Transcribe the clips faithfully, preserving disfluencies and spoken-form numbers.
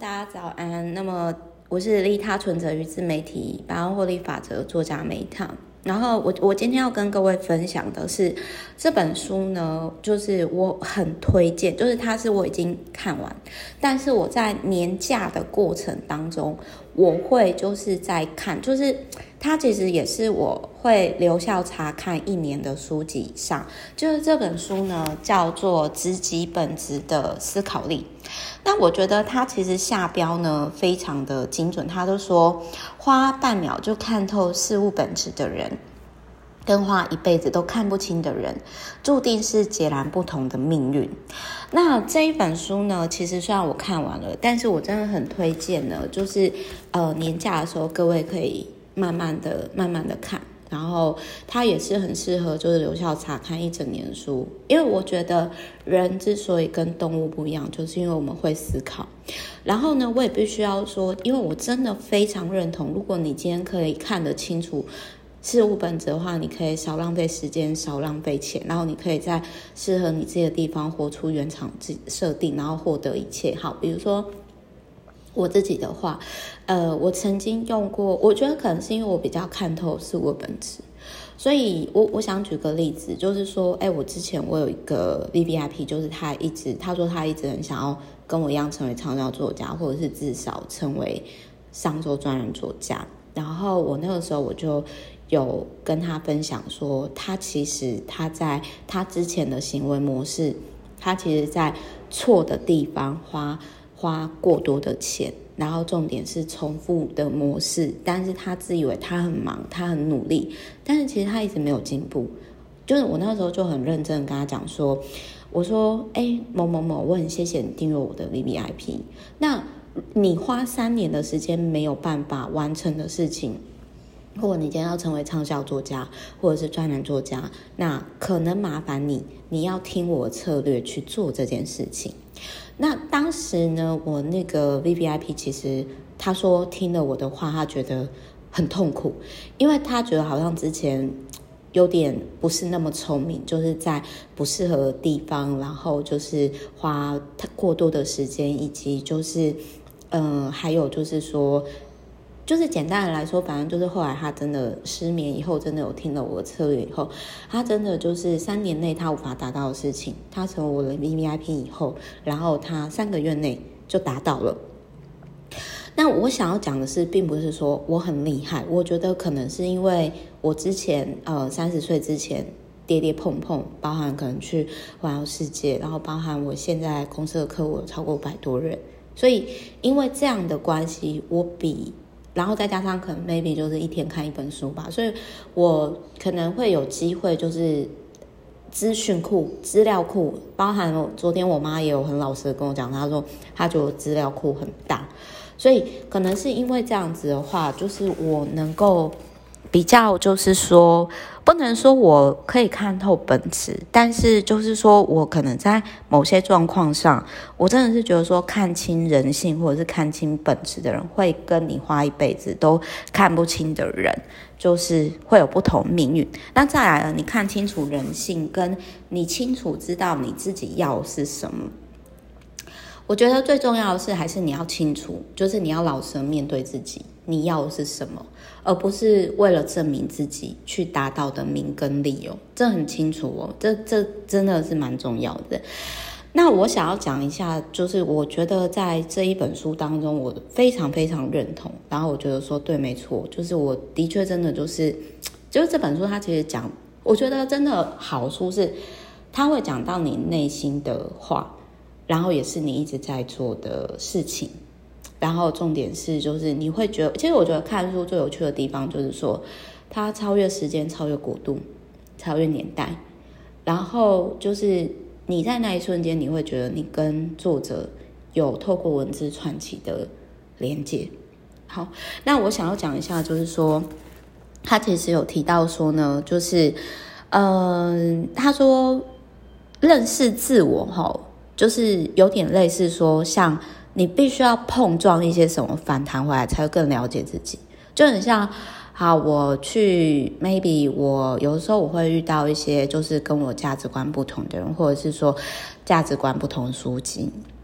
大家早安。那么我是利他存折与自媒体百万获利法则作家梅烫。然后我我今天要跟各位分享的是这本书呢，就是我很推荐，就是它是我已经看完，但是我在年假的过程当中，我会就是在看，就是它其实也是我会留校查看一年的书籍以上。就是这本书呢叫做《知己本质的思考力》。那我觉得他其实下标呢非常的精准，他都说花半秒就看透事物本质的人，跟花一辈子都看不清的人，注定是截然不同的命运。那这一本书呢，其实虽然我看完了，但是我真的很推荐呢，就是呃年假的时候各位可以慢慢的慢慢的看。然后它也是很适合就是留校查看一整年的书，因为我觉得人之所以跟动物不一样，就是因为我们会思考。然后呢，我也必须要说，因为我真的非常认同，如果你今天可以看得清楚事物本质的话，你可以少浪费时间，少浪费钱，然后你可以在适合你自己的地方活出原厂设定，然后获得一切好。比如说我自己的话，呃，我曾经用过，我觉得可能是因为我比较看透事物的本质，所以我我想举个例子，就是说，哎，我之前我有一个 V V I P， 就是他一直他说他一直很想要跟我一样成为畅销作家，或者是至少成为商周专栏作家。然后我那个时候我就有跟他分享说，他其实他在他之前的行为模式，他其实在错的地方花。花过多的钱，然后重点是重复的模式，但是他自以为他很忙，他很努力，但是其实他一直没有进步。就是我那时候就很认真跟他讲说，我说，哎，某某某，我很谢谢你订阅我的 V V I P， 那你花三年的时间没有办法完成的事情，或者你今天要成为畅销作家或者是专栏作家，那可能麻烦你你要听我的策略去做这件事情。那当时呢，我那个 V V I P 其实他说听了我的话，他觉得很痛苦，因为他觉得好像之前有点不是那么聪明，就是在不适合的地方，然后就是花过多的时间，以及就是嗯、呃，还有就是说就是简单的来说，反正就是后来他真的失眠以后，真的有听了我的策略以后，他真的就是三年内他无法达到的事情，他成为我的 V V I P 以后，然后他三个月内就达到了。那我想要讲的是，并不是说我很厉害，我觉得可能是因为我之前呃三十岁之前跌跌碰碰，包含可能去环游世界，然后包含我现在公司的客户有超过百多人，所以因为这样的关系，我比然后再加上可能 maybe 就是一天看一本书吧，所以我可能会有机会就是资讯库、资料库，包含我昨天我妈也有很老实的跟我讲，她说她觉得资料库很大，所以可能是因为这样子的话，就是我能够比较就是说不能说我可以看透本质，但是就是说我可能在某些状况上，我真的是觉得说看清人性或者是看清本质的人，会跟你花一辈子都看不清的人，就是会有不同命运。那再来了，你看清楚人性，跟你清楚知道你自己要的是什么，我觉得最重要的是还是你要清楚，就是你要老实的面对自己，你要的是什么，而不是为了证明自己去达到的名跟利哦，这很清楚哦，这这真的是蛮重要的。那我想要讲一下，就是我觉得在这一本书当中，我非常非常认同，然后我觉得说对，没错，就是我的确真的就是就是这本书它其实讲，我觉得真的好书是它会讲到你内心的话，然后也是你一直在做的事情，然后重点是就是你会觉得，其实我觉得看书最有趣的地方就是说它超越时间，超越国度，超越年代，然后就是你在那一瞬间你会觉得你跟作者有透过文字串起的连接。好，那我想要讲一下就是说他其实有提到说呢，就是嗯、呃，他说认识自我齁，就是有点类似说像你必须要碰撞一些什么反弹回来才会更了解自己，就很像好，我去 maybe 我有的时候我会遇到一些就是跟我价值观不同的人，或者是说价值观不同的书籍，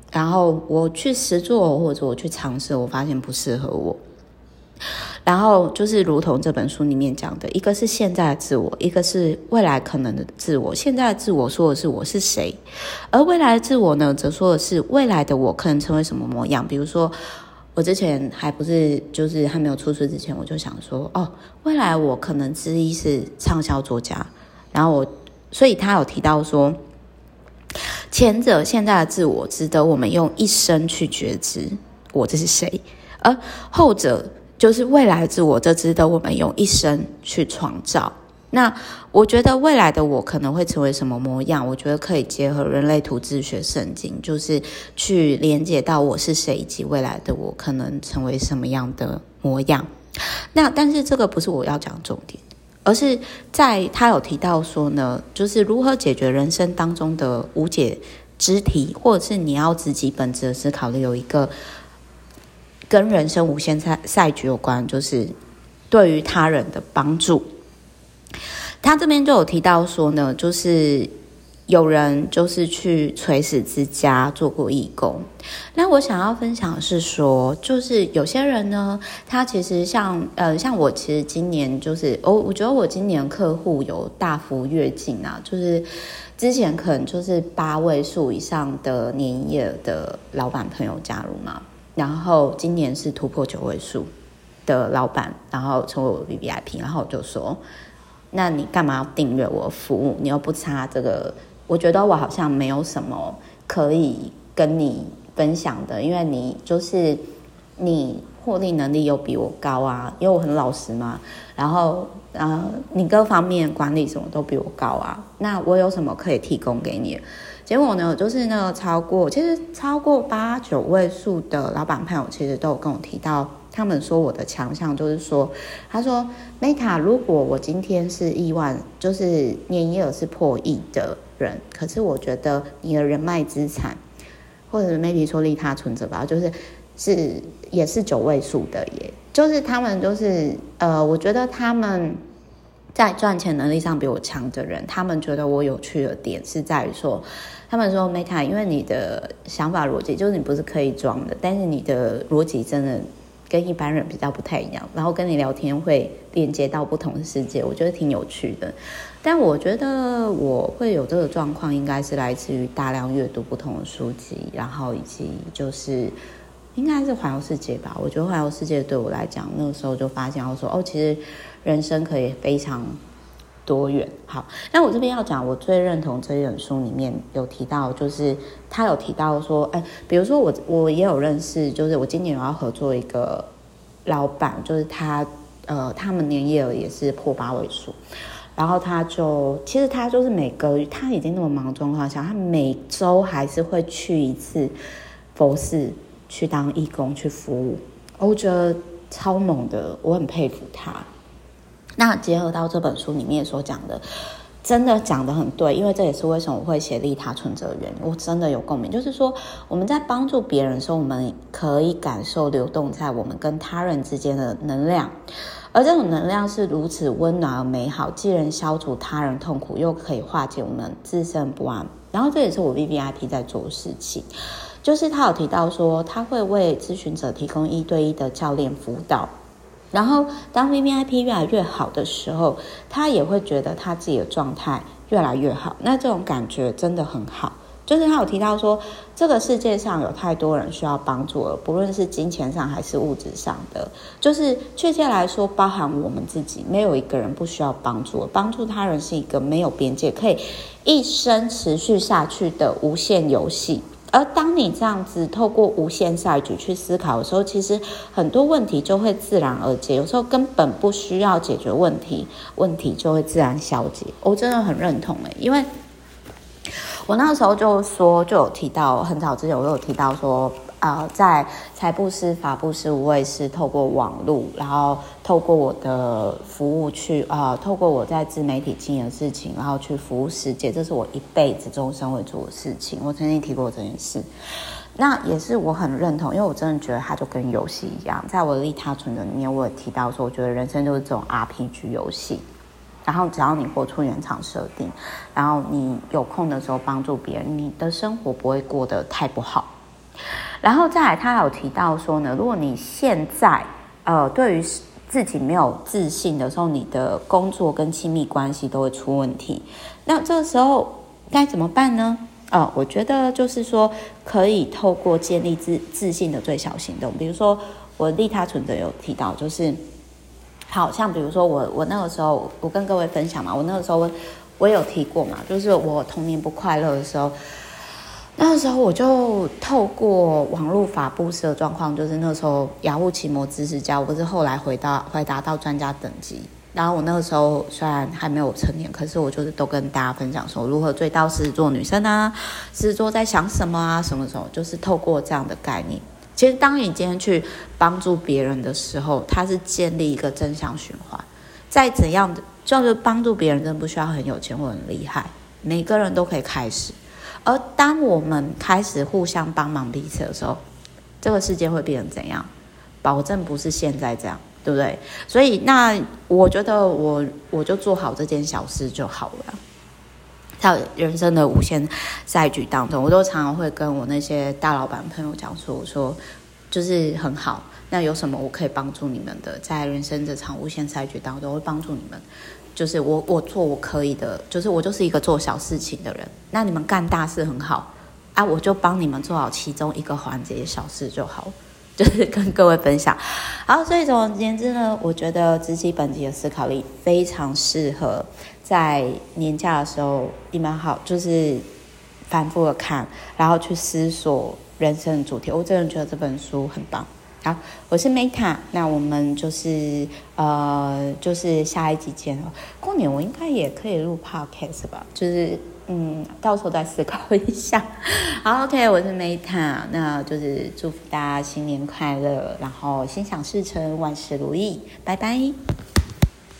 然后我去实做或者我去尝试，我发现不适合我。然后就是如同这本书里面讲的，一个是现在的自我，一个是未来可能的自我。现在的自我说的是我是谁，而未来的自我呢，则说的是未来的我可能成为什么模样。比如说我之前还不是就是还没有出书之前，我就想说哦，未来我可能之一是畅销作家。然后我所以他有提到说，前者现在的自我值得我们用一生去觉知我这是谁，而后者就是未来的自我，这值得我们用一生去创造。那我觉得未来的我可能会成为什么模样，我觉得可以结合人类图自学圣经，就是去连接到我是谁以及未来的我可能成为什么样的模样。那但是这个不是我要讲的重点，而是在他有提到说呢，就是如何解决人生当中的无解之题，或者是你要自己本质的思考的，有一个跟人生无限赛赛局有关，就是对于他人的帮助。他这边就有提到说呢，就是有人就是去垂死之家做过义工。那我想要分享的是说，就是有些人呢，他其实像呃像我其实今年就是哦，我觉得我今年客户有大幅跃进啊，就是之前可能就是八位数以上的年营业额的老板朋友加入嘛，然后今年是突破九位数的老板，然后成为我的 V V I P， 然后我就说，那你干嘛要订阅我的服务？你又不差这个，我觉得我好像没有什么可以跟你分享的，因为你就是你获利能力又比我高啊，因为我很老实嘛，然后呃，你各方面管理什么都比我高啊，那我有什么可以提供给你？结果呢，就是那个超过，其实超过八九位数的老板朋友，其实都有跟我提到，他们说我的强项就是说，他说 Meta， 如果我今天是亿万，就是年营业额是破亿的人，可是我觉得你的人脉资产，或者 maybe 说利他存折吧，就是是也是九位数的耶，就是他们就是呃，我觉得他们在赚钱能力上比我强的人，他们觉得我有趣的点是在于说，他们说 Meta， 因为你的想法逻辑就是你不是刻意装的，但是你的逻辑真的跟一般人比较不太一样，然后跟你聊天会连接到不同的世界，我觉得挺有趣的。但我觉得我会有这个状况，应该是来自于大量阅读不同的书籍，然后以及就是应该是环游世界吧。我觉得环游世界对我来讲，那个时候就发现我说哦，其实人生可以非常多元。好，那我这边要讲，我最认同这一本书里面有提到，就是他有提到说，哎，比如说我我也有认识，就是我今年有要合作一个老板，就是他呃，他们年业额也是破八位数。然后他就，其实他就是每个他已经那么忙的状况下，他每周还是会去一次佛寺去当义工去服务，我觉得超猛的，我很佩服他。那结合到这本书里面所讲的，真的讲得很对，因为这也是为什么我会写利他存折的原因，我真的有共鸣。就是说我们在帮助别人的时候，我们可以感受流动在我们跟他人之间的能量，而这种能量是如此温暖而美好，既能消除他人痛苦，又可以化解我们自身不安。然后这也是我 V V I P 在做的事情，就是他有提到说，他会为咨询者提供一对一的教练辅导，然后当 V V I P 越来越好的时候，他也会觉得他自己的状态越来越好，那这种感觉真的很好。就是他有提到说，这个世界上有太多人需要帮助了，不论是金钱上还是物质上的，就是确切来说包含我们自己，没有一个人不需要帮助，帮助他人是一个没有边界，可以一生持续下去的无限游戏。而当你这样子透过无限赛局去思考的时候，其实很多问题就会自然而解，有时候根本不需要解决问题，问题就会自然消解。我真的很认同耶，因为我那个时候就说，就有提到，很早之前我有提到说，呃，在财布施、法布施、无畏施，透过网络，然后透过我的服务去，呃，透过我在自媒体经营的事情，然后去服务世界，这是我一辈子终身会做的事情。我曾经提过这件事，那也是我很认同，因为我真的觉得它就跟游戏一样，在我的利他存折里面，我也提到说，我觉得人生就是这种 R P G 游戏。然后只要你活出原厂设定，然后你有空的时候帮助别人，你的生活不会过得太不好。 然后再来，他还有提到说呢，如果你现在呃对于自己没有自信的时候，你的工作跟亲密关系都会出问题。那这个时候该怎么办呢？呃，我觉得就是说，可以透过建立自自信的最小行动，比如说我利他存折有提到，就是好像比如说我我那个时候，我跟各位分享嘛，我那个时候我有提过嘛，就是我童年不快乐的时候。那个时候我就透过网络法布施的状况，就是那时候雅虎奇摩知识家，我不是后来回到回答到专家等级。然后我那个时候虽然还没有成年，可是我就是都跟大家分享说如何追到狮子座女生啊，狮子座在想什么啊，什么什么，就是透过这样的概念。其实当你今天去帮助别人的时候，它是建立一个正向循环。再怎样的，就是帮助别人真的不需要很有钱或很厉害，每个人都可以开始。而当我们开始互相帮忙彼此的时候，这个世界会变成怎样？保证不是现在这样，对不对？所以那我觉得我我就做好这件小事就好了。在人生的无限赛局当中，我都常常会跟我那些大老板朋友讲说，我说就是很好，那有什么我可以帮助你们的？在人生这场无限赛局当中，我会帮助你们。就是我我做我可以的，就是我就是一个做小事情的人。那你们干大事很好啊，我就帮你们做好其中一个环节小事就好，就是跟各位分享。好，所以总而言之呢，我觉得知己本己的思考力非常适合在年假的时候，你们好就是反复的看，然后去思索人生的主题。我真的觉得这本书很棒。好，我是 Meta， 那我们就是呃，就是下一集见哦。过年我应该也可以录 podcast 吧，就是嗯，到时候再思考一下。好 ，OK， 我是 Meta， 那就是祝福大家新年快乐，然后心想事成，万事如意，拜拜。